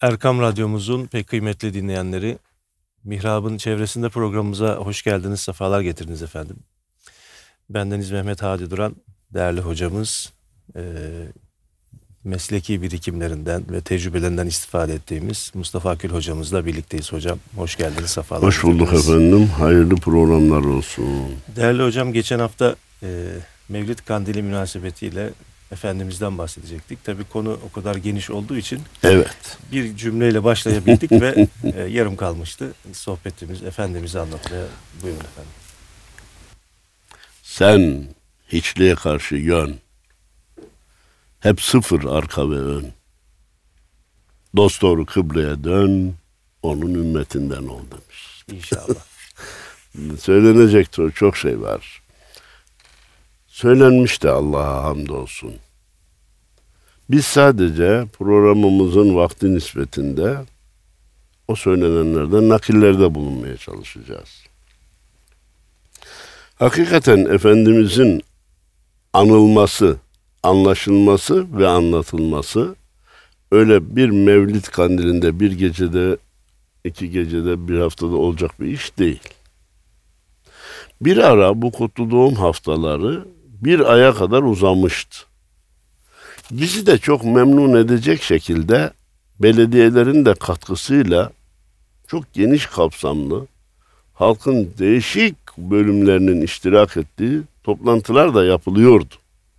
Erkam Radyomuzun pek kıymetli dinleyenleri, Mihrab'ın çevresinde programımıza hoş geldiniz, sefalar getirdiniz efendim. Bendeniz Mehmet Hadi Duran, değerli hocamız, mesleki birikimlerinden ve tecrübelerinden istifade ettiğimiz Mustafa Akül hocamızla birlikteyiz hocam. Hoş geldiniz, sefalar Hoş bulduk getirdiniz. efendim, hayırlı programlar olsun. Değerli hocam, geçen hafta Mevlid Kandili münasebetiyle Efendimiz'den bahsedecektik. Tabii konu o kadar geniş olduğu için Evet. bir cümleyle başlayabildik ve yarım kalmıştı sohbetimiz. Efendimiz'i anlatmaya buyurun efendim. Sen hiçliğe karşı yön, hep sıfır arka ve ön. Dosdoğru kıbleye dön, onun ümmetinden ol demiş. İnşallah. Söylenecek çok şey var. Söylenmiş de Allah'a hamdolsun. Biz sadece programımızın vakti nispetinde o söylenenlerden nakillerde bulunmaya çalışacağız. Hakikaten Efendimizin anılması, anlaşılması ve anlatılması öyle bir Mevlid kandilinde, bir gecede, 2 gecede, bir haftada olacak bir iş değil. Bir ara bu kutlu doğum haftaları bir aya kadar uzamıştı. Bizi de çok memnun edecek şekilde belediyelerin de katkısıyla çok geniş kapsamlı, halkın değişik bölümlerinin iştirak ettiği toplantılar da yapılıyordu.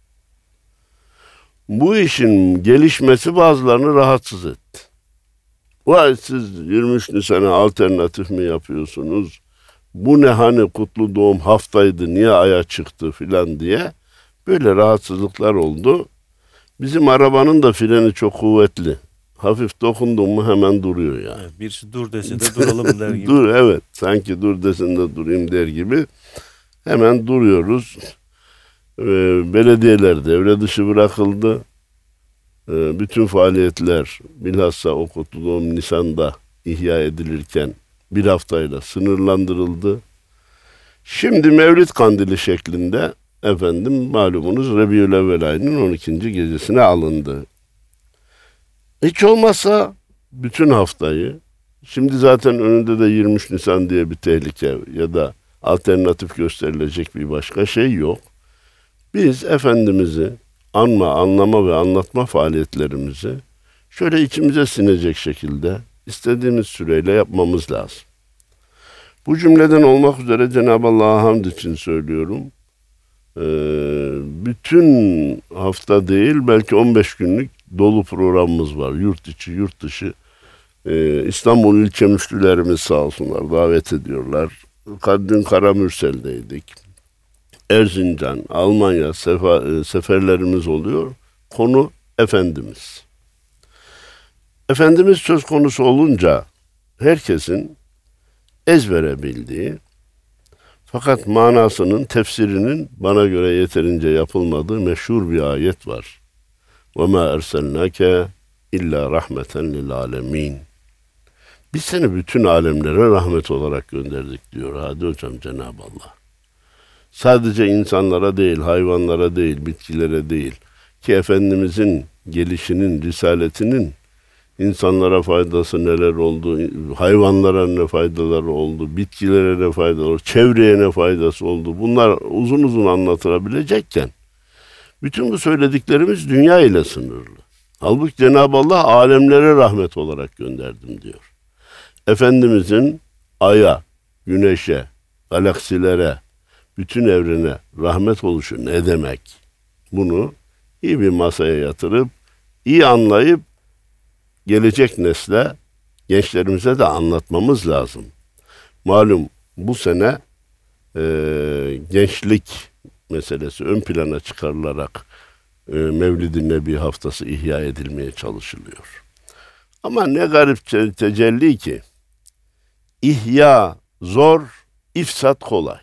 Bu işin gelişmesi bazılarını rahatsız etti. Vay, siz 23 Nisan'a alternatif mi yapıyorsunuz? Bu ne, hani kutlu doğum haftaydı, niye aya çıktı filan diye böyle rahatsızlıklar oldu. Bizim arabanın da freni çok kuvvetli. Hafif dokundun mu hemen duruyor yani. Evet, birisi dur dese de duralım der gibi. Dur, evet, sanki dur desin de durayım der gibi hemen duruyoruz. Belediyeler devre dışı bırakıldı. Bütün faaliyetler bilhassa o kutlu doğum Nisan'da ihya edilirken bir haftayla sınırlandırıldı. Şimdi Mevlid Kandili şeklinde efendim malumunuz Rabiülevvel ayının 12. gecesine alındı. Hiç olmazsa bütün haftayı, şimdi zaten önünde de 23 Nisan diye bir tehlike ya da alternatif gösterilecek bir başka şey yok. Biz Efendimiz'i anma, anlama ve anlatma faaliyetlerimizi şöyle içimize sinecek şekilde istediğimiz süreyle yapmamız lazım. Bu cümleden olmak üzere Cenab-ı Allah'a hamd için söylüyorum. Bütün hafta değil, belki 15 günlük dolu programımız var. Yurt içi, yurt dışı. İstanbul ilçe müftülerimiz sağ olsunlar davet ediyorlar. Dün Karamürsel'deydik. Erzincan, Almanya seferlerimiz oluyor. Konu Efendimiz. Efendimiz söz konusu olunca herkesin ezbere bildiği, fakat manasının, tefsirinin bana göre yeterince yapılmadığı meşhur bir ayet var. وَمَا اَرْسَلْنَاكَ illa rahmeten lil alemin. Biz seni bütün alemlere rahmet olarak gönderdik diyor Hadi Hocam Cenab-ı Allah. Sadece insanlara değil, hayvanlara değil, bitkilere değil ki Efendimizin gelişinin, risaletinin insanlara faydası neler oldu, hayvanlara ne faydaları oldu, bitkilere ne faydaları oldu, çevreye ne faydası oldu. Bunlar uzun uzun anlatılabilecekken bütün bu söylediklerimiz dünya ile sınırlı. Halbuki Cenab-ı Allah alemlere rahmet olarak gönderdim diyor. Efendimizin aya, güneşe, galaksilere, bütün evrene rahmet oluşu ne demek? Bunu iyi bir masaya yatırıp, iyi anlayıp gelecek nesle, gençlerimize de anlatmamız lazım. Malum bu sene gençlik meselesi ön plana çıkarılarak Mevlid-i Nebi haftası ihya edilmeye çalışılıyor. Ama ne garip tecelli ki, ihya zor, ifsat kolay.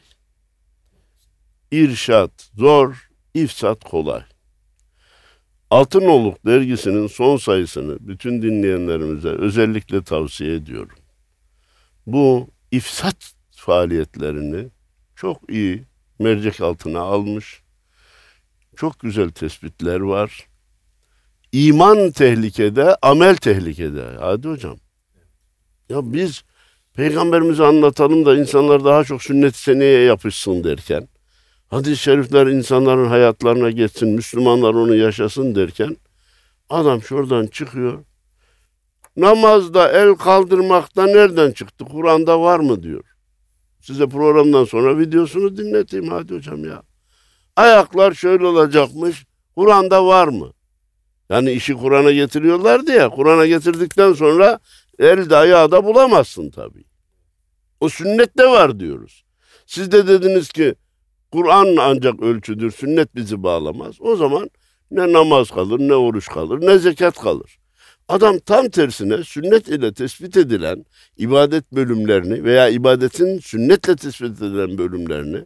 İrşad zor, ifsat kolay. Altınoluk dergisinin son sayısını bütün dinleyenlerimize özellikle tavsiye ediyorum. Bu ifsat faaliyetlerini çok iyi mercek altına almış, çok güzel tespitler var. İman tehlikede, amel tehlikede. Hadi hocam. Ya biz Peygamberimizi anlatalım da insanlar daha çok sünnet-i seniyeye yapışsın derken, hadis-i şerifler insanların hayatlarına geçsin, Müslümanlar onu yaşasın derken, adam şuradan çıkıyor. Namazda el kaldırmakta nereden çıktı? Kur'an'da var mı diyor. Size programdan sonra videosunu dinleteyim hadi hocam ya. Ayaklar şöyle olacakmış. Kur'an'da var mı? Yani işi Kur'an'a getiriyorlardı ya. Kur'an'a getirdikten sonra elde ayağı da bulamazsın tabii. O sünnette var diyoruz. Siz de dediniz ki Kur'an ancak ölçüdür, sünnet bizi bağlamaz. O zaman ne namaz kalır, ne oruç kalır, ne zekat kalır. Adam tam tersine sünnet ile tespit edilen ibadet bölümlerini veya ibadetin sünnetle tespit edilen bölümlerini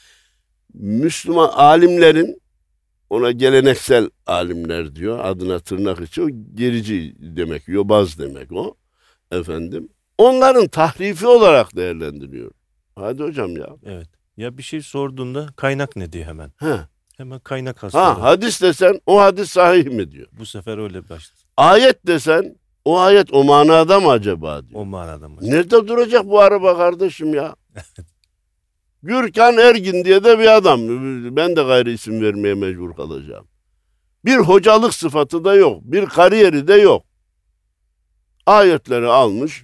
Müslüman alimlerin, ona geleneksel alimler diyor, adına tırnak içi, o gerici demek, yobaz demek o efendim. Onların tahrifi olarak değerlendiriyor. Hadi hocam ya. Evet. Ya bir şey sorduğunda kaynak ne diyor hemen. He. Hemen kaynak hastalığı. Hadis desen o hadis sahih mi diyor. Bu sefer öyle başladı. Ayet desen o ayet o manada mı acaba diyor. O manada mı? Nerede duracak bu araba kardeşim ya? Gürkan Ergin diye de bir adam. Ben de gayri isim vermeye mecbur kalacağım. Bir hocalık sıfatı da yok. Bir kariyeri de yok. Ayetleri almış.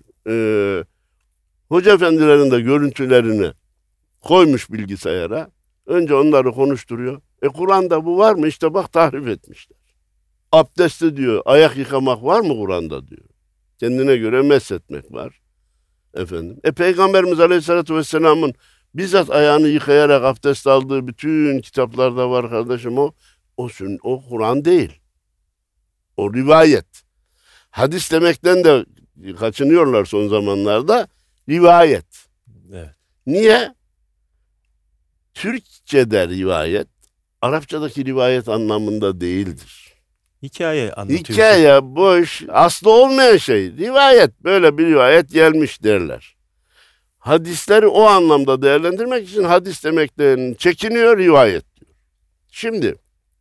Hoca efendilerin de görüntülerini koymuş bilgisayara. Önce onları konuşturuyor. Kur'an'da bu var mı? İşte bak tahrif etmişler. Abdestte diyor ayak yıkamak var mı Kur'an'da diyor. Kendine göre meshetmek var. Efendim. Peygamberimiz Aleyhisselatü Vesselam'ın bizzat ayağını yıkayarak abdest aldığı bütün kitaplarda var kardeşim o. O Kur'an değil. O rivayet. Hadis demekten de kaçınıyorlar son zamanlarda. Rivayet. Evet. Niye? Türkçe'de rivayet, Arapçadaki rivayet anlamında değildir. Hikaye anlatıyorsun. Hikaye boş, aslı olmayan şey. Rivayet, böyle bir rivayet gelmiş derler. Hadisleri o anlamda değerlendirmek için hadis demekten çekiniyor, rivayet diyor. Şimdi,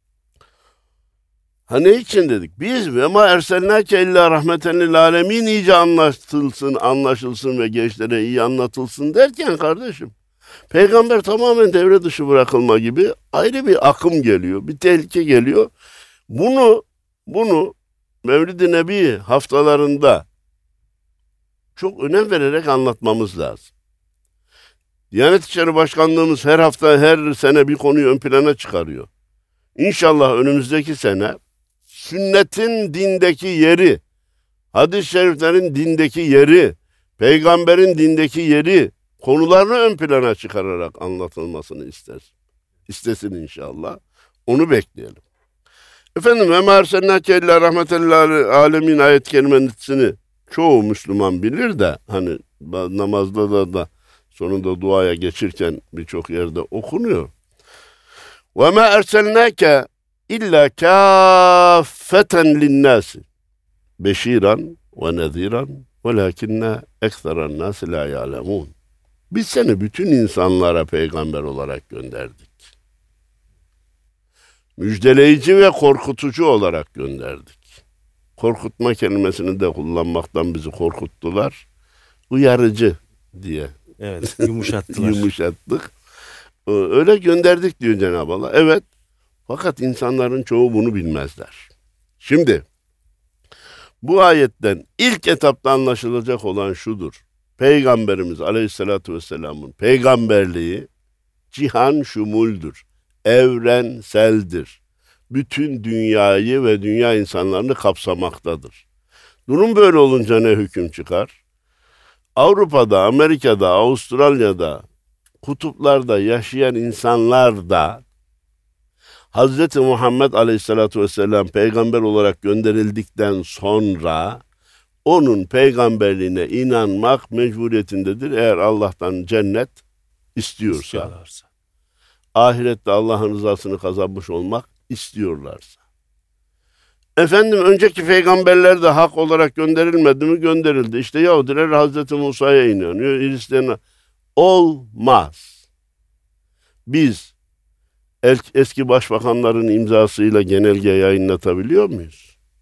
ne için dedik? Biz ve ma erselnâke illâ rahmeten lil âlemîn iyice anlaşılsın ve gençlere iyi anlatılsın derken kardeşim, Peygamber tamamen devre dışı bırakılma gibi ayrı bir akım geliyor, bir tehlike geliyor. Bunu Mevlid-i Nebi haftalarında çok önem vererek anlatmamız lazım. Diyanet İşleri Başkanlığımız her hafta, her sene bir konuyu ön plana çıkarıyor. İnşallah önümüzdeki sene sünnetin dindeki yeri, hadis-i şeriflerin dindeki yeri, peygamberin dindeki yeri, konularını ön plana çıkararak anlatılmasını istesin inşallah. Onu bekleyelim. Efendim ve mersenâke illâ rahmeten lil âlemîn ayet-i kerimesini çoğu Müslüman bilir de hani namazda da sonunda duaya geçirken birçok yerde okunuyor. Ve mâ erselnâke illâ kâffeten linnâsi beşîran ve nezîran velâkinnâ ektheren nâsi lâ ya'lemûn. Biz seni bütün insanlara peygamber olarak gönderdik. Müjdeleyici ve korkutucu olarak gönderdik. Korkutma kelimesini de kullanmaktan bizi korkuttular. Uyarıcı diye. Evet, yumuşattılar. Yumuşattık. Öyle gönderdik diyor Cenab-ı Allah. Evet. Fakat insanların çoğu bunu bilmezler. Şimdi bu ayetten ilk etapta anlaşılacak olan şudur. Peygamberimiz Aleyhisselatü Vesselam'ın peygamberliği cihan şumuldür, evrenseldir. Bütün dünyayı ve dünya insanlarını kapsamaktadır. Durum böyle olunca ne hüküm çıkar? Avrupa'da, Amerika'da, Avustralya'da, kutuplarda yaşayan insanlar da Hz. Muhammed Aleyhisselatü Vesselam peygamber olarak gönderildikten sonra onun peygamberliğine inanmak mecburiyetindedir. Eğer Allah'tan cennet istiyorsa, ahirette Allah'ın rızasını kazanmış olmak istiyorlarsa. Efendim önceki peygamberler de hak olarak gönderilmedi mi? Gönderildi. İşte Yahudiler Hazreti Musa'ya inanıyor. Hristiyanlar olmaz. Biz eski başbakanların imzasıyla genelge yayınlatabiliyor muyuz?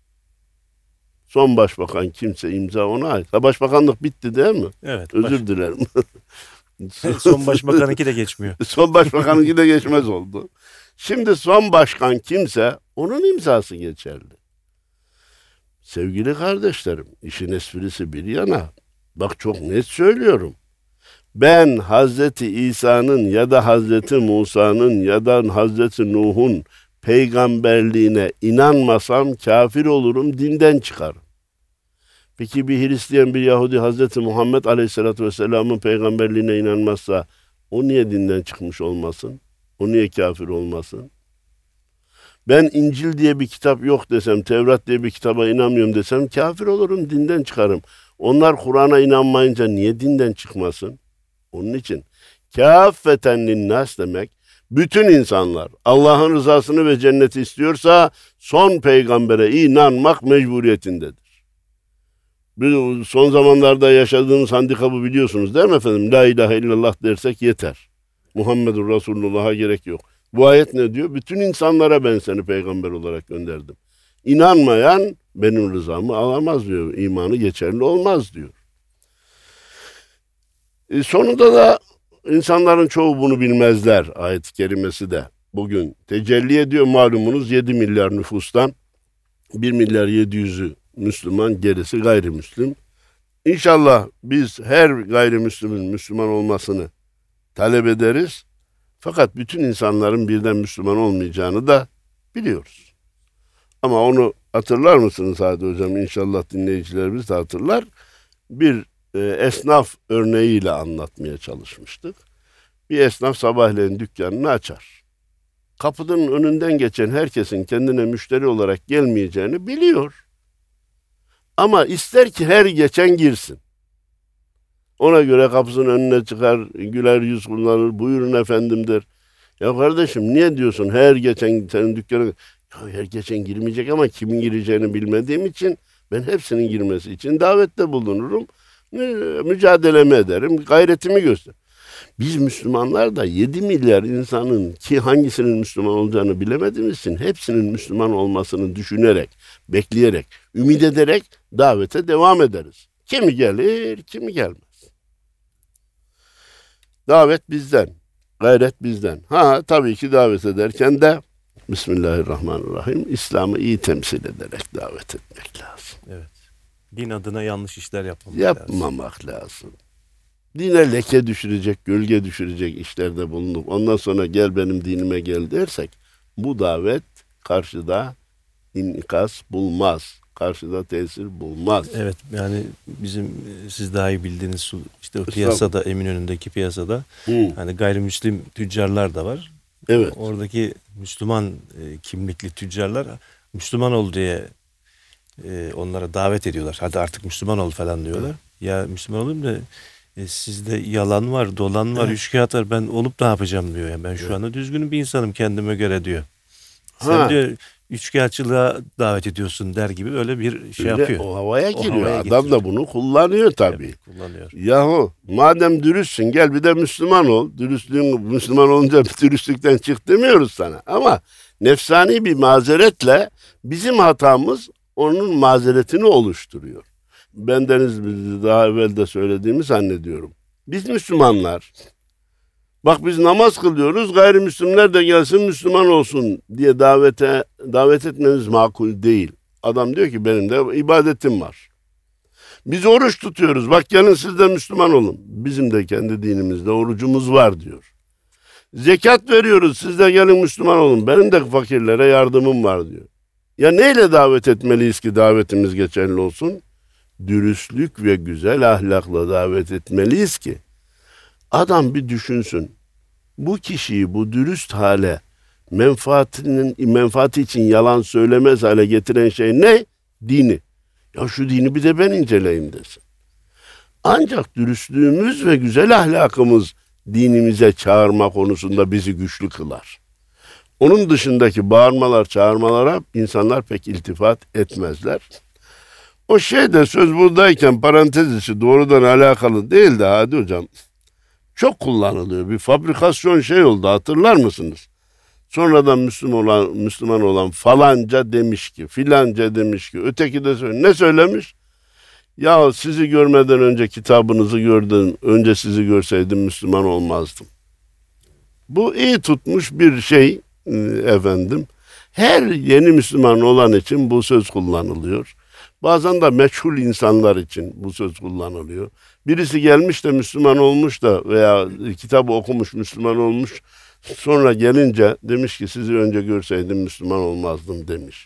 Son başbakan kimse imza ona ait. Ha, başbakanlık bitti değil mi? Evet. Özür dilerim. Son başbakanınki de geçmiyor. Son başbakanınki de geçmez oldu. Şimdi son başkan kimse onun imzası geçerli. Sevgili kardeşlerim, işin esprisi bir yana. Bak çok net söylüyorum. Ben Hazreti İsa'nın ya da Hazreti Musa'nın ya da Hazreti Nuh'un peygamberliğine inanmasam kafir olurum, dinden çıkarım. Peki bir Hristiyan, bir Yahudi Hazreti Muhammed Aleyhisselatü Vesselam'ın peygamberliğine inanmazsa o niye dinden çıkmış olmasın? O niye kafir olmasın? Ben İncil diye bir kitap yok desem, Tevrat diye bir kitaba inanmıyorum desem kafir olurum, dinden çıkarım. Onlar Kur'an'a inanmayınca niye dinden çıkmasın? Onun için kâffeten linnâs demek, bütün insanlar Allah'ın rızasını ve cenneti istiyorsa son peygambere inanmak mecburiyetindedir. Son zamanlarda yaşadığımız handikapı biliyorsunuz değil mi efendim? La ilahe illallah dersek yeter. Muhammedur Resulullah'a gerek yok. Bu ayet ne diyor? Bütün insanlara ben seni peygamber olarak gönderdim. İnanmayan benim rızamı alamaz diyor. İmanı geçerli olmaz diyor. Sonunda da insanların çoğu bunu bilmezler. Ayet-i kerimesi de bugün tecelli ediyor. Malumunuz 7 milyar nüfustan 1 milyar 700'ü Müslüman, gerisi gayrimüslim. İnşallah biz her gayrimüslimin Müslüman olmasını talep ederiz. Fakat bütün insanların birden Müslüman olmayacağını da biliyoruz. Ama onu hatırlar mısınız Hadi Hocam? İnşallah dinleyicilerimiz de hatırlar. Bir esnaf örneğiyle anlatmaya çalışmıştık. Bir esnaf sabahleyin dükkanını açar. Kapının önünden geçen herkesin kendine müşteri olarak gelmeyeceğini biliyor. Ama ister ki her geçen girsin. Ona göre kapısının önüne çıkar, güler yüz kullanır, buyurun efendim der. Ya kardeşim niye diyorsun her geçen senin dükkana... Ya her geçen girmeyecek ama kimin gireceğini bilmediğim için ben hepsinin girmesi için davette bulunurum. Mücadelemi ederim, gayretimi göster. Biz Müslümanlar da 7 milyar insanın ki hangisinin Müslüman olacağını bilemediğimiz için hepsinin Müslüman olmasını düşünerek, bekleyerek, ümit ederek davete devam ederiz. Kimi gelir, kimi gelmez. Davet bizden, gayret bizden. Ha tabii ki davet ederken de Bismillahirrahmanirrahim, İslam'ı iyi temsil ederek davet etmek lazım. Evet. Din adına yanlış işler yapmamak lazım. Dine leke düşürecek, gölge düşürecek işlerde bulunup ondan sonra gel benim dinime gel dersek bu davet karşıda inikas bulmaz. Karşıda tesir bulmaz. Evet, yani bizim siz daha iyi bildiğiniz işte o piyasada, Eminönü'ndeki piyasada hani gayrimüslim tüccarlar da var. Evet. Oradaki Müslüman kimlikli tüccarlar Müslüman ol diye onlara davet ediyorlar. Hadi artık Müslüman ol falan diyorlar. Evet. Ya Müslüman olayım da sizde yalan var, dolan var, üçkağıt var. Ben olup ne yapacağım diyor. Yani ben şu anda düzgün bir insanım kendime göre diyor. Sen diyor üçkağıtçılığa davet ediyorsun der gibi öyle bir şey yapıyor. O havaya giriyor. Adam da bunu kullanıyor tabii. Evet, kullanıyor. Yahu madem dürüstsün gel bir de Müslüman ol. Müslüman olunca dürüstlükten çık demiyoruz sana. Ama nefsani bir mazeretle bizim hatamız onun mazeretini oluşturuyor. Bendeniz daha evvel de söylediğimi zannediyorum. Biz Müslümanlar, bak biz namaz kılıyoruz, gayrimüslimler de gelsin Müslüman olsun diye davet etmemiz makul değil. Adam diyor ki benim de ibadetim var. Biz oruç tutuyoruz, bak gelin siz de Müslüman olun. Bizim de kendi dinimizde orucumuz var diyor. Zekat veriyoruz, siz de gelin Müslüman olun. Benim de fakirlere yardımım var diyor. Ya neyle davet etmeliyiz ki davetimiz geçerli olsun? Dürüstlük ve güzel ahlakla davet etmeliyiz ki adam bir düşünsün. Bu kişiyi bu dürüst hale menfaati için yalan söylemez hale getiren şey ne? Dini. Ya şu dini bir de ben inceleyeyim desin. Ancak dürüstlüğümüz ve güzel ahlakımız dinimize çağırma konusunda bizi güçlü kılar. Onun dışındaki bağırmalar, çağırmalara insanlar pek iltifat etmezler. O şey de söz buradayken parantez içi doğrudan alakalı değil de Hadi Hocam çok kullanılıyor. Bir fabrikasyon şey oldu hatırlar mısınız? Sonradan Müslüman olan falanca demiş ki, filanca demiş ki, öteki de ne söylemiş? Ya sizi görmeden önce kitabınızı gördüm, önce sizi görseydim Müslüman olmazdım. Bu iyi tutmuş bir şey efendim. Her yeni Müslüman olan için bu söz kullanılıyor. Bazen de meçhul insanlar için bu söz kullanılıyor. Birisi gelmiş de Müslüman olmuş da veya kitabı okumuş Müslüman olmuş. Sonra gelince demiş ki sizi önce görseydim Müslüman olmazdım demiş.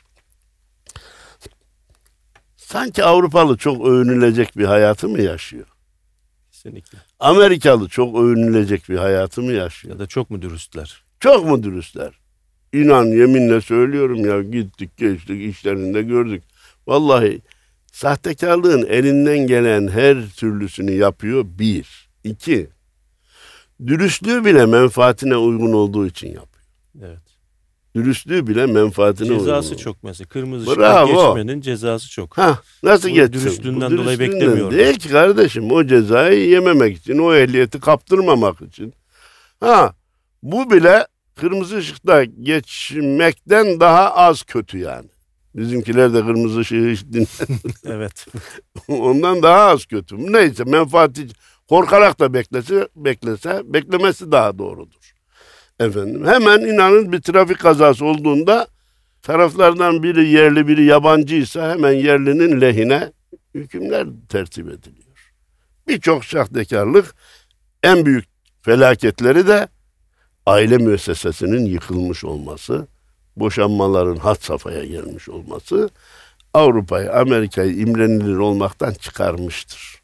Sanki Avrupalı çok övünülecek bir hayatı mı yaşıyor? Kesinlikle. Amerikalı çok övünülecek bir hayatı mı yaşıyor? Ya da çok mu dürüstler? Çok mu dürüstler? İnan yeminle söylüyorum ya, gittik geçtik işlerinde gördük. Vallahi sahtekarlığın elinden gelen her türlüsünü yapıyor. Bir. İki. Dürüstlüğü bile menfaatine uygun olduğu için yapıyor. Evet. Dürüstlüğü bile menfaatine uygun. Cezası çok mesela. Kırmızı ışık geçmenin cezası çok. Nasıl geçsin? Dürüstlüğünden dolayı beklemiyor. Değil ki kardeşim, o cezayı yememek için, o ehliyeti kaptırmamak için. Bu bile kırmızı ışıkta geçmekten daha az kötü yani. Bizimkiler de kırmızı ışığı hiç dinlemiyor. Evet. Ondan daha az kötü. Neyse, menfaati korkarak da beklemesi daha doğrudur. Efendim, hemen inanın bir trafik kazası olduğunda taraflardan biri yerli biri yabancıysa hemen yerlinin lehine hükümler tertip ediliyor. Birçok sahtekarlık, en büyük felaketleri de aile müessesesinin yıkılmış olması, boşanmaların had safhaya gelmiş olması Avrupa'yı, Amerika'yı imrenilir olmaktan çıkarmıştır.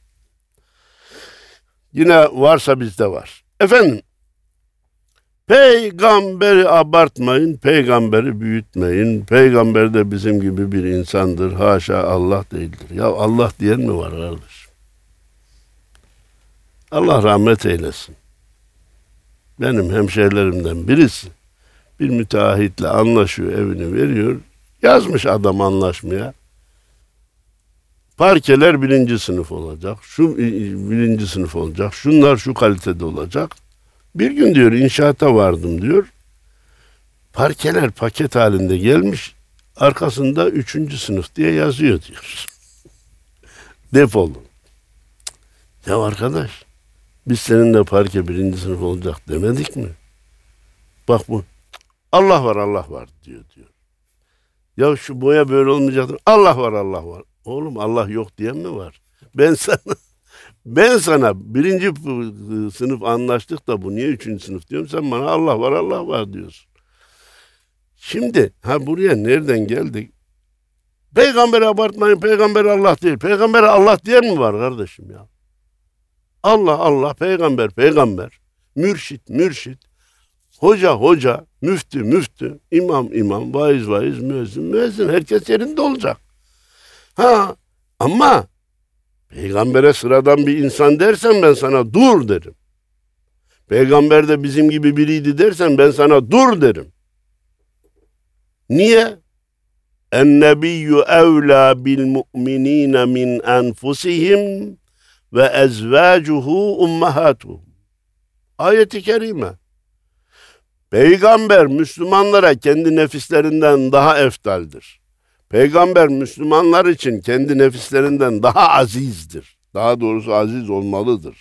Yine varsa bizde var. Efendim, peygamberi abartmayın, peygamberi büyütmeyin. Peygamber de bizim gibi bir insandır. Haşa, Allah değildir. Ya Allah diyen mi var kardeş? Allah rahmet eylesin. Benim hemşehrilerimden birisi bir müteahhitle anlaşıyor, evini veriyor. Yazmış adam anlaşmaya. Parkeler 1. sınıf olacak. Şu 1. sınıf olacak. Şunlar şu kalitede olacak. Bir gün diyor inşaata vardım diyor. Parkeler paket halinde gelmiş. Arkasında 3. sınıf diye yazıyor diyor. Defolun. Ya arkadaş, biz seninle parke 1. sınıf olacak demedik mi? Bak bu. Allah var, Allah var diyor. Ya şu boya böyle olmayacaktır. Allah var, Allah var. Oğlum, Allah yok diyen mi var? Ben sana 1. sınıf anlaştık da bu niye 3. sınıf diyorum, sen bana Allah var, Allah var diyorsun. Şimdi buraya nereden geldik? Peygamberi abartmayın, peygamber Allah değil. Peygambere Allah diyen mi var kardeşim ya? Allah Allah, peygamber, mürşit, hoca, müftü, imam, vaiz, müezzin, herkes yerinde olacak. Ama peygambere sıradan bir insan dersen ben sana dur derim. Peygamber de bizim gibi biriydi dersen ben sana dur derim. Niye? En-nebiyyü evlâ bil mu'minîne min enfusihim ve ezvâcuhu ummahatuhum. Ayet-i kerime. Peygamber Müslümanlara kendi nefislerinden daha eftaldir. Peygamber Müslümanlar için kendi nefislerinden daha azizdir. Daha doğrusu aziz olmalıdır.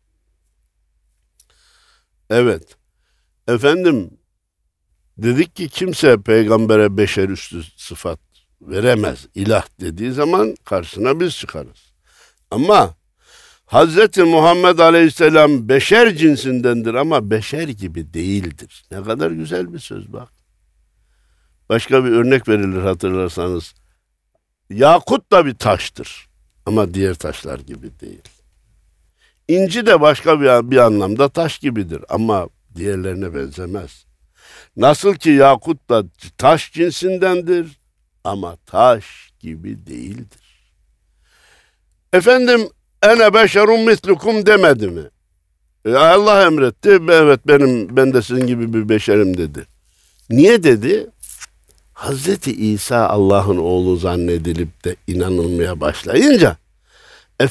Evet. Efendim, dedik ki kimse peygambere beşerüstü sıfat veremez. İlah dediği zaman karşısına biz çıkarız. Ama Hazreti Muhammed Aleyhisselam beşer cinsindendir ama beşer gibi değildir. Ne kadar güzel bir söz bak. Başka bir örnek verilir hatırlarsanız. Yakut da bir taştır ama diğer taşlar gibi değil. İnci de başka bir anlamda taş gibidir ama diğerlerine benzemez. Nasıl ki yakut da taş cinsindendir ama taş gibi değildir. Efendim, ene beşerun mislukum demedi mi? Allah emretti. Evet, ben de sizin gibi bir beşerim dedi. Niye dedi? Hazreti İsa Allah'ın oğlu zannedilip de inanılmaya başlayınca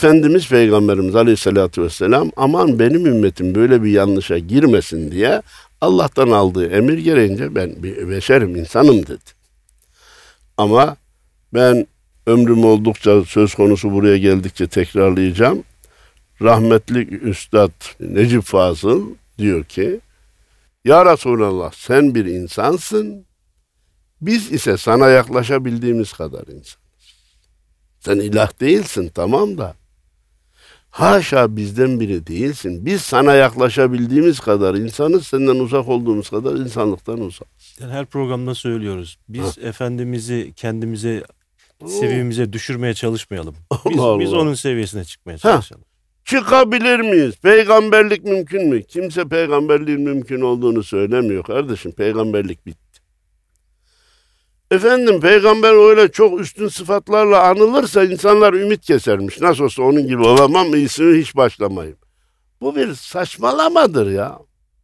Efendimiz Peygamberimiz Aleyhisselatü Vesselam aman benim ümmetim böyle bir yanlışa girmesin diye Allah'tan aldığı emir gereğince ben bir beşerim, insanım dedi. Ama ben ömrüm oldukça, söz konusu buraya geldikçe tekrarlayacağım. Rahmetli Üstad Necip Fazıl diyor ki, ya Resulallah sen bir insansın, biz ise sana yaklaşabildiğimiz kadar insanız. Sen ilah değilsin, tamam da, haşa bizden biri değilsin. Biz sana yaklaşabildiğimiz kadar insanız, senden uzak olduğumuz kadar insanlıktan uzakız. Yani her programda söylüyoruz. Biz Efendimiz'i kendimize, seviyemize düşürmeye çalışmayalım. Biz onun seviyesine çıkmaya çalışalım. Çıkabilir miyiz? Peygamberlik mümkün mü? Kimse peygamberliğin mümkün olduğunu söylemiyor kardeşim. Peygamberlik bitti. Efendim peygamber öyle çok üstün sıfatlarla anılırsa insanlar ümit kesermiş. Nasıl olsa onun gibi olamam, iyisini hiç başlamayayım. Bu bir saçmalamadır ya.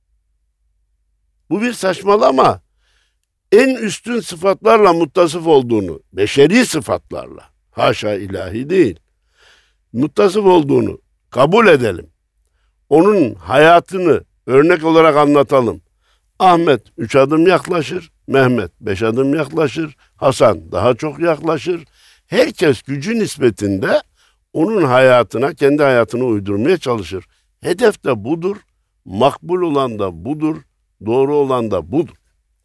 Bu bir saçmalama. En üstün sıfatlarla muttasıf olduğunu, beşeri sıfatlarla, haşa ilahi değil, muttasıf olduğunu kabul edelim. Onun hayatını örnek olarak anlatalım. Ahmet 3 adım yaklaşır, Mehmet 5 adım yaklaşır, Hasan daha çok yaklaşır. Herkes gücü nispetinde onun hayatına, kendi hayatını uydurmaya çalışır. Hedef de budur, makbul olan da budur, doğru olan da budur.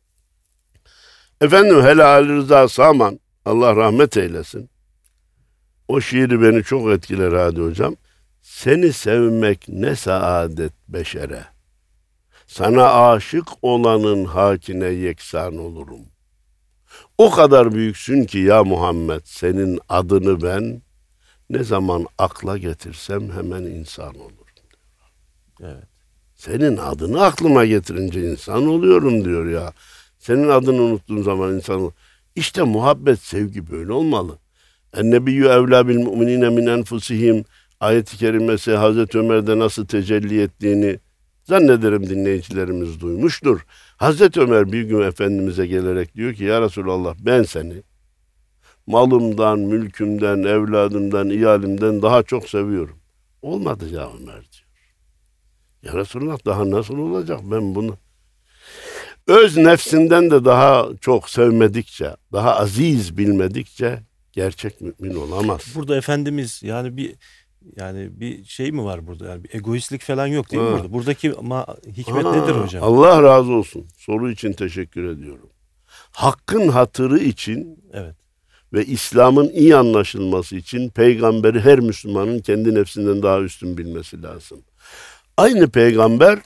Efendim hele Ali Rıza Saman, Allah rahmet eylesin. O şiiri beni çok etkiler Hadi Hocam. Seni sevmek ne saadet beşere. Sana aşık olanın hakine yeksan olurum. O kadar büyüksün ki ya Muhammed, senin adını ben ne zaman akla getirsem hemen insan olurum. Evet. Senin adını aklıma getirince insan oluyorum diyor ya. Senin adını unuttuğum zaman insan olurum. İşte muhabbet, sevgi böyle olmalı. En-nebiyyü evlâ bil mu'minîne min enfusihim ayet-i kerimesi Hazreti Ömer'de nasıl tecelli ettiğini zannederim dinleyicilerimiz duymuştur. Hazreti Ömer bir gün Efendimiz'e gelerek diyor ki ya Resulallah ben seni malımdan, mülkümden, evladımdan, iyalimden daha çok seviyorum. Olmadı ya Ömer diyor. Ya Resulallah daha nasıl olacak ben bunu? Öz nefsinden de daha çok sevmedikçe, daha aziz bilmedikçe gerçek mümin olamaz. Burada Efendimiz yani bir şey mi var burada? Yani bir egoistlik falan yok değil mi burada? Buradaki hikmet nedir hocam? Allah razı olsun. Soru için teşekkür ediyorum. Hakkın hatırı için evet. Ve İslam'ın iyi anlaşılması için peygamberi her Müslümanın kendi nefsinden daha üstün bilmesi lazım. Aynı peygamber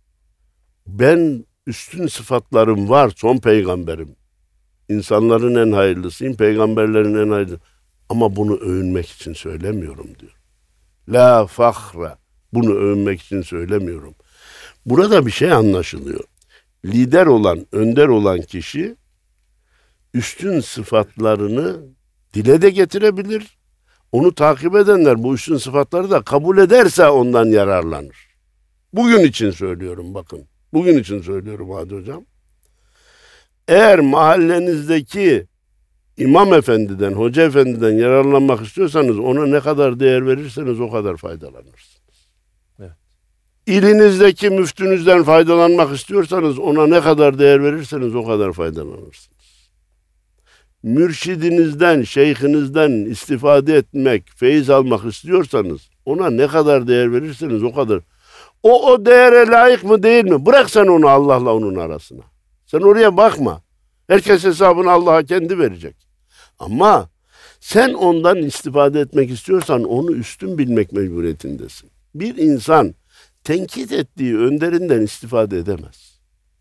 ben üstün sıfatlarım var son peygamberim. İnsanların en hayırlısıyım, peygamberlerin en hayırlısı. Ama bunu övünmek için söylemiyorum diyor. La fahra. Bunu övünmek için söylemiyorum. Burada bir şey anlaşılıyor. Lider olan, önder olan kişi üstün sıfatlarını dile de getirebilir. Onu takip edenler bu üstün sıfatları da kabul ederse ondan yararlanır. Bugün için söylüyorum bakın. Bugün için söylüyorum Hadi Hocam. Eğer mahallenizdeki imam efendiden, hoca efendiden yararlanmak istiyorsanız ona ne kadar değer verirseniz o kadar faydalanırsınız. Evet. İlinizdeki müftünüzden faydalanmak istiyorsanız ona ne kadar değer verirseniz o kadar faydalanırsınız. Mürşidinizden, şeyhinizden istifade etmek, feyiz almak istiyorsanız ona ne kadar değer verirseniz o kadar. O değere layık mı değil mi? Bırak sen onu Allah'la onun arasına. Sen oraya bakma. Herkes hesabını Allah'a kendi verecek. Ama sen ondan istifade etmek istiyorsan onu üstün bilmek mecburiyetindesin. Bir insan tenkit ettiği önderinden istifade edemez.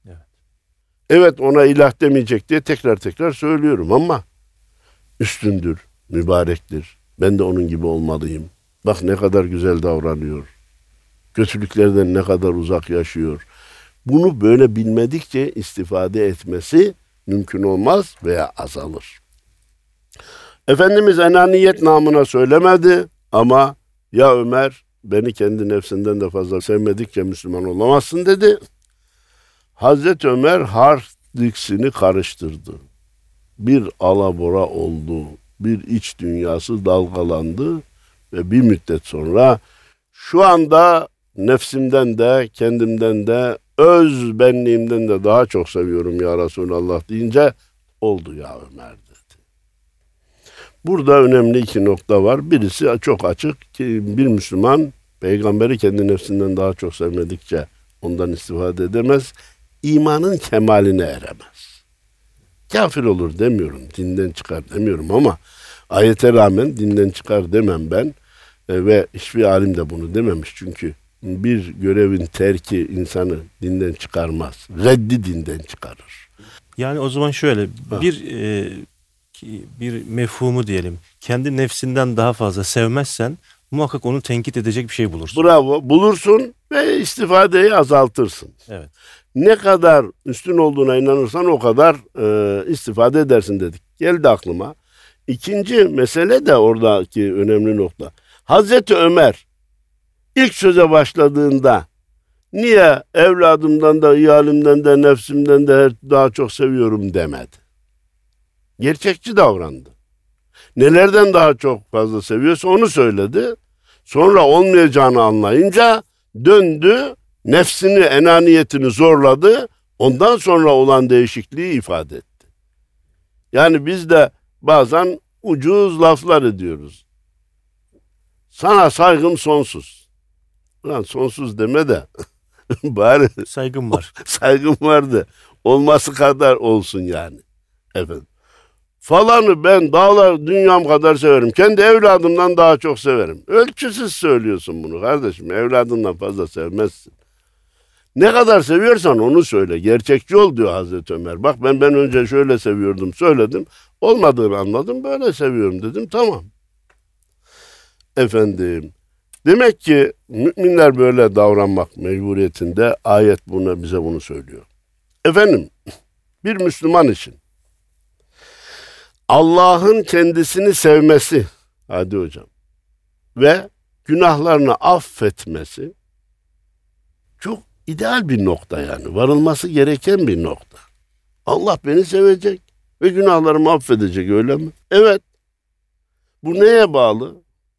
Evet ona ilah demeyecek diye tekrar söylüyorum ama üstündür, mübarektir. Ben de onun gibi olmalıyım. Bak ne kadar güzel davranıyor. Kötülüklerden ne kadar uzak yaşıyor. Bunu böyle bilmedikçe istifade etmesi mümkün olmaz veya azalır. Efendimiz enaniyet namına söylemedi ama ya Ömer beni kendi nefsinden de fazla sevmedikçe Müslüman olamazsın dedi. Hazreti Ömer harf diksini karıştırdı. Bir alabora oldu. Bir iç dünyası dalgalandı ve bir müddet sonra şu anda nefsimden de kendimden de öz benliğimden de daha çok seviyorum ya Resulallah deyince oldu ya Ömer dedi. Burada önemli iki nokta var. Birisi çok açık ki bir Müslüman peygamberi kendi nefsinden daha çok sevmedikçe ondan istifade edemez. İmanın kemaline eremez. Kafir olur demiyorum, dinden çıkar demiyorum ama ayete rağmen dinden çıkar demem ben. Ve hiçbir alim de bunu dememiş çünkü bir görevin terki insanı dinden çıkarmaz. Reddi dinden çıkarır. Yani o zaman şöyle bir mefhumu diyelim. Kendi nefsinden daha fazla sevmezsen muhakkak onu tenkit edecek bir şey bulursun. Bravo. Bulursun ve istifadeyi azaltırsın. Evet. Ne kadar üstün olduğuna inanırsan o kadar istifade edersin dedik. Geldi aklıma. İkinci mesele de oradaki önemli nokta. Hazreti Ömer ilk söze başladığında niye evladımdan da, iyalimden de, nefsimden de daha çok seviyorum demedi. Gerçekçi davrandı. Nelerden daha çok fazla seviyorsa onu söyledi. Sonra olmayacağını anlayınca döndü, nefsini, enaniyetini zorladı. Ondan sonra olan değişikliği ifade etti. Yani biz de bazen ucuz laflar ediyoruz. Sana saygım sonsuz. Ulan sonsuz deme de bari Saygım var. saygım vardı. Olması kadar olsun yani. Efendim. Falanı ben dağlar dünyam kadar severim. Kendi evladımdan daha çok severim. Ölçüsüz söylüyorsun bunu kardeşim. Evladından fazla sevmezsin. Ne kadar seviyorsan onu söyle. Gerçekçi ol diyor Hazreti Ömer. Bak ben önce şöyle seviyordum söyledim. Olmadığını anladım böyle seviyorum dedim. Tamam. Efendim. Demek ki müminler böyle davranmak mecburiyetinde ayet bize bunu söylüyor. Efendim bir Müslüman için Allah'ın kendisini sevmesi, hadi hocam, ve günahlarını affetmesi çok ideal bir nokta yani. Varılması gereken bir nokta. Allah beni sevecek ve günahlarımı affedecek öyle mi? Evet. Bu neye bağlı?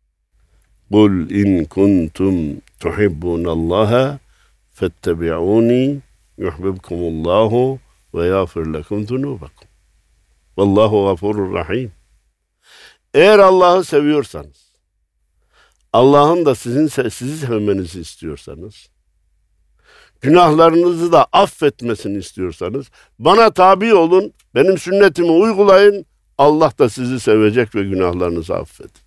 Kul in kuntum tuhibbunallaha fettebi'uni yuhibbukumullahu ve yağfir lekum zunubakum. Vallahu gafurur rahim. Eğer Allah'ı seviyorsanız, Allah'ın da sizi sevmenizi istiyorsanız, günahlarınızı da affetmesini istiyorsanız, bana tabi olun, benim sünnetimi uygulayın, Allah da sizi sevecek ve günahlarınızı affedecek.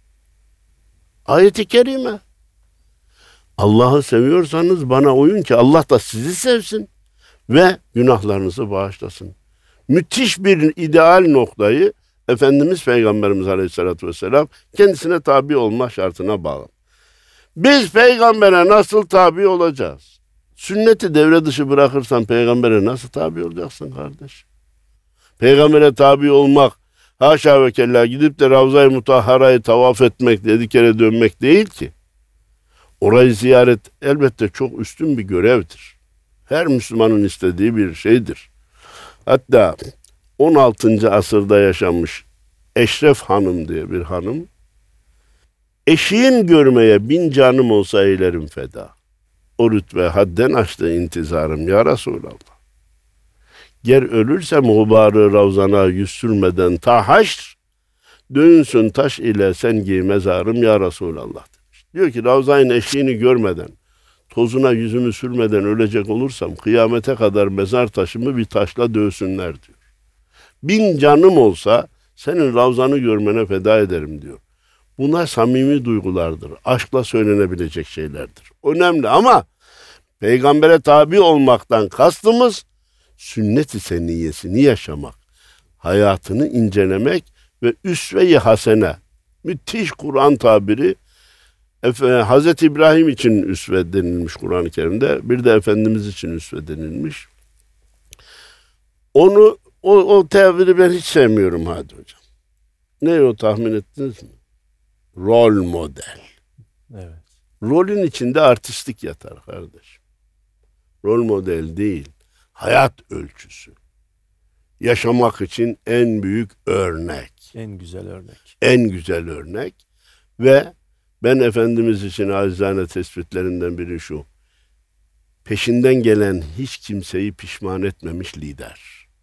Ayet-i kerime. Allah'ı seviyorsanız bana uyun ki Allah da sizi sevsin ve günahlarınızı bağışlasın. Müthiş bir ideal noktayı Efendimiz Peygamberimiz Aleyhisselatü Vesselam kendisine tabi olma şartına bağlı. Biz peygambere nasıl tabi olacağız? Sünneti devre dışı bırakırsan peygambere nasıl tabi olacaksın kardeş? Peygambere tabi olmak, haşa ve kella gidip de Ravza-i Mutahhara'yı tavaf etmek, 7 kere dönmek değil ki. Orayı ziyaret elbette çok üstün bir görevdir. Her Müslümanın istediği bir şeydir. Hatta 16. asırda yaşamış Eşref Hanım diye bir hanım, eşiğin görmeye 1000 canım olsa eylerim feda. O rütbe hadden aştı intizarım ya Resulallah. Ger ölürsem gubarı ravzana yüz sürmeden ta haşr, dönsün taş ile sen giy mezarım ya Resulallah demiş. Diyor ki Ravza-i eşiğini görmeden, tozuna yüzümü sürmeden ölecek olursam kıyamete kadar mezar taşımı bir taşla dövsünler diyor. 1000 canım olsa senin Ravzanı görmene feda ederim diyor. Bunlar samimi duygulardır. Aşkla söylenebilecek şeylerdir. Önemli ama peygambere tabi olmaktan kastımız sünnet-i seniyyesini yaşamak, hayatını incelemek ve üsve-i hasene. Müthiş Kur'an tabiri. Hazreti İbrahim için üsve denilmiş Kur'an-ı Kerim'de. Bir de Efendimiz için üsve denilmiş. O tabiri ben hiç sevmiyorum hadi hocam. Ne o tahmin ettiniz mi? Rol model. Evet. Rolün içinde artistlik yatar kardeşim. Rol model değil. Hayat ölçüsü. Yaşamak için en büyük örnek. En güzel örnek. En güzel örnek. Ve ben Efendimiz için acizane tespitlerinden biri şu. peşinden gelen hiç kimseyi pişman etmemiş lider.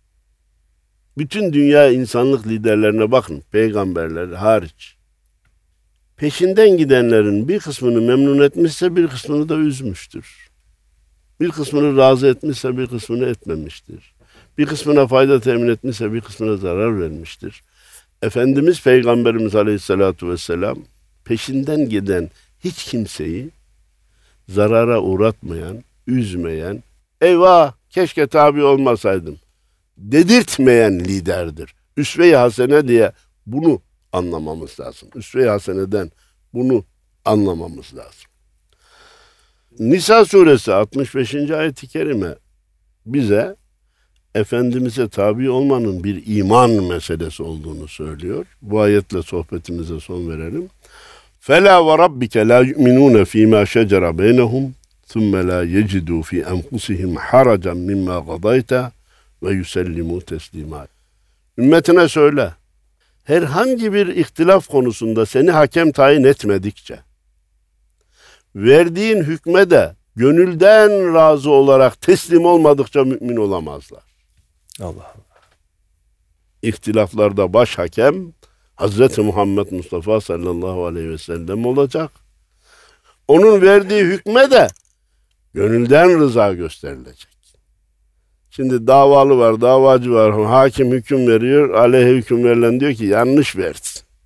Bütün dünya insanlık liderlerine bakın, peygamberler hariç. Peşinden gidenlerin bir kısmını memnun etmişse bir kısmını da üzmüştür. Bir kısmını razı etmişse bir kısmını etmemiştir. Bir kısmına fayda temin etmişse bir kısmına zarar vermiştir. Efendimiz Peygamberimiz Aleyhisselatü Vesselam peşinden giden hiç kimseyi zarara uğratmayan, üzmeyen, eyvah keşke tabi olmasaydım dedirtmeyen liderdir. Üsve-i Hasene diye bunu anlamamız lazım. Üsve-i Hasene'den bunu anlamamız lazım. Nisa suresi 65. ayet-i kerime bize Efendimiz'e tabi olmanın bir iman meselesi olduğunu söylüyor. Bu ayetle sohbetimize son verelim. فَلَا وَرَبِّكَ لَا يُؤْمِنُونَ ف۪ي مَا شَجَرَ بَيْنَهُمْ ثُمَّ لَا يَجِدُوا ف۪ي أَنْفُسِهِمْ حَرَجًا مِمَّا قَضَيْتَ وَيُسَلِّمُوا تَسْلِيمًا. Ümmetine söyle, herhangi bir ihtilaf konusunda seni hakem tayin etmedikçe, verdiğin hükme de gönülden razı olarak teslim olmadıkça mümin olamazlar. Allah Allah. İhtilaflarda baş hakem Hazreti Muhammed Mustafa sallallahu aleyhi ve sellem olacak. Onun verdiği hükme de gönülden rıza gösterilecek. Şimdi davalı var, davacı var, hakim hüküm veriyor, aleyhe hüküm verilen diyor ki yanlış verdi.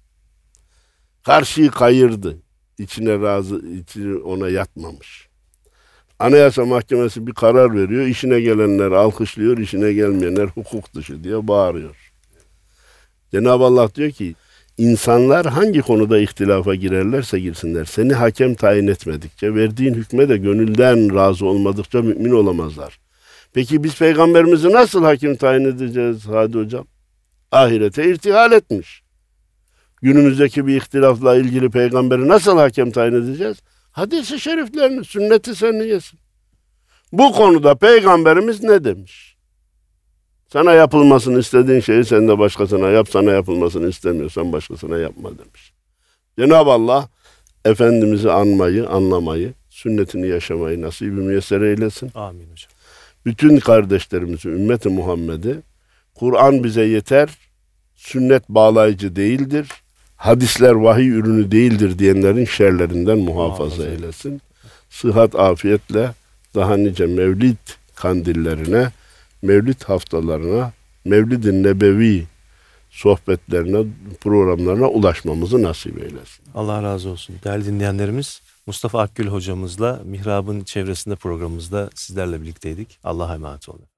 Karşıyı kayırdı, içine ona yatmamış. Anayasa Mahkemesi bir karar veriyor, işine gelenler alkışlıyor, işine gelmeyenler hukuk dışı diye bağırıyor. Cenab-ı Allah diyor ki, insanlar hangi konuda ihtilafa girerlerse girsinler, seni hakem tayin etmedikçe, verdiğin hükme de gönülden razı olmadıkça mümin olamazlar. Peki biz peygamberimizi nasıl hakim tayin edeceğiz Hadi Hocam? Ahirete irtihal etmiş. Günümüzdeki bir ihtilafla ilgili peygamberi nasıl hakem tayin edeceğiz? Hadis-i şeriflerini, sünnet-i senniyesin. Bu konuda peygamberimiz ne demiş? Sana yapılmasını istediğin şeyi sen de başkasına yap, sana yapılmasını istemiyorsan başkasına yapma demiş. Cenab-ı Allah Efendimiz'i anmayı, anlamayı, sünnetini yaşamayı nasip-i müyesser eylesin. Amin hocam. Bütün kardeşlerimizi, ümmeti Muhammed'i, Kur'an bize yeter, sünnet bağlayıcı değildir, hadisler vahiy ürünü değildir diyenlerin şerlerinden muhafaza eylesin. Sıhhat, afiyetle daha nice mevlid kandillerine, mevlid haftalarına, Mevlid-i Nebevi sohbetlerine, programlarına ulaşmamızı nasip eylesin. Allah razı olsun. Değerli dinleyenlerimiz, Mustafa Akgül hocamızla Mihrab'ın çevresinde programımızda sizlerle birlikteydik. Allah'a emanet olun.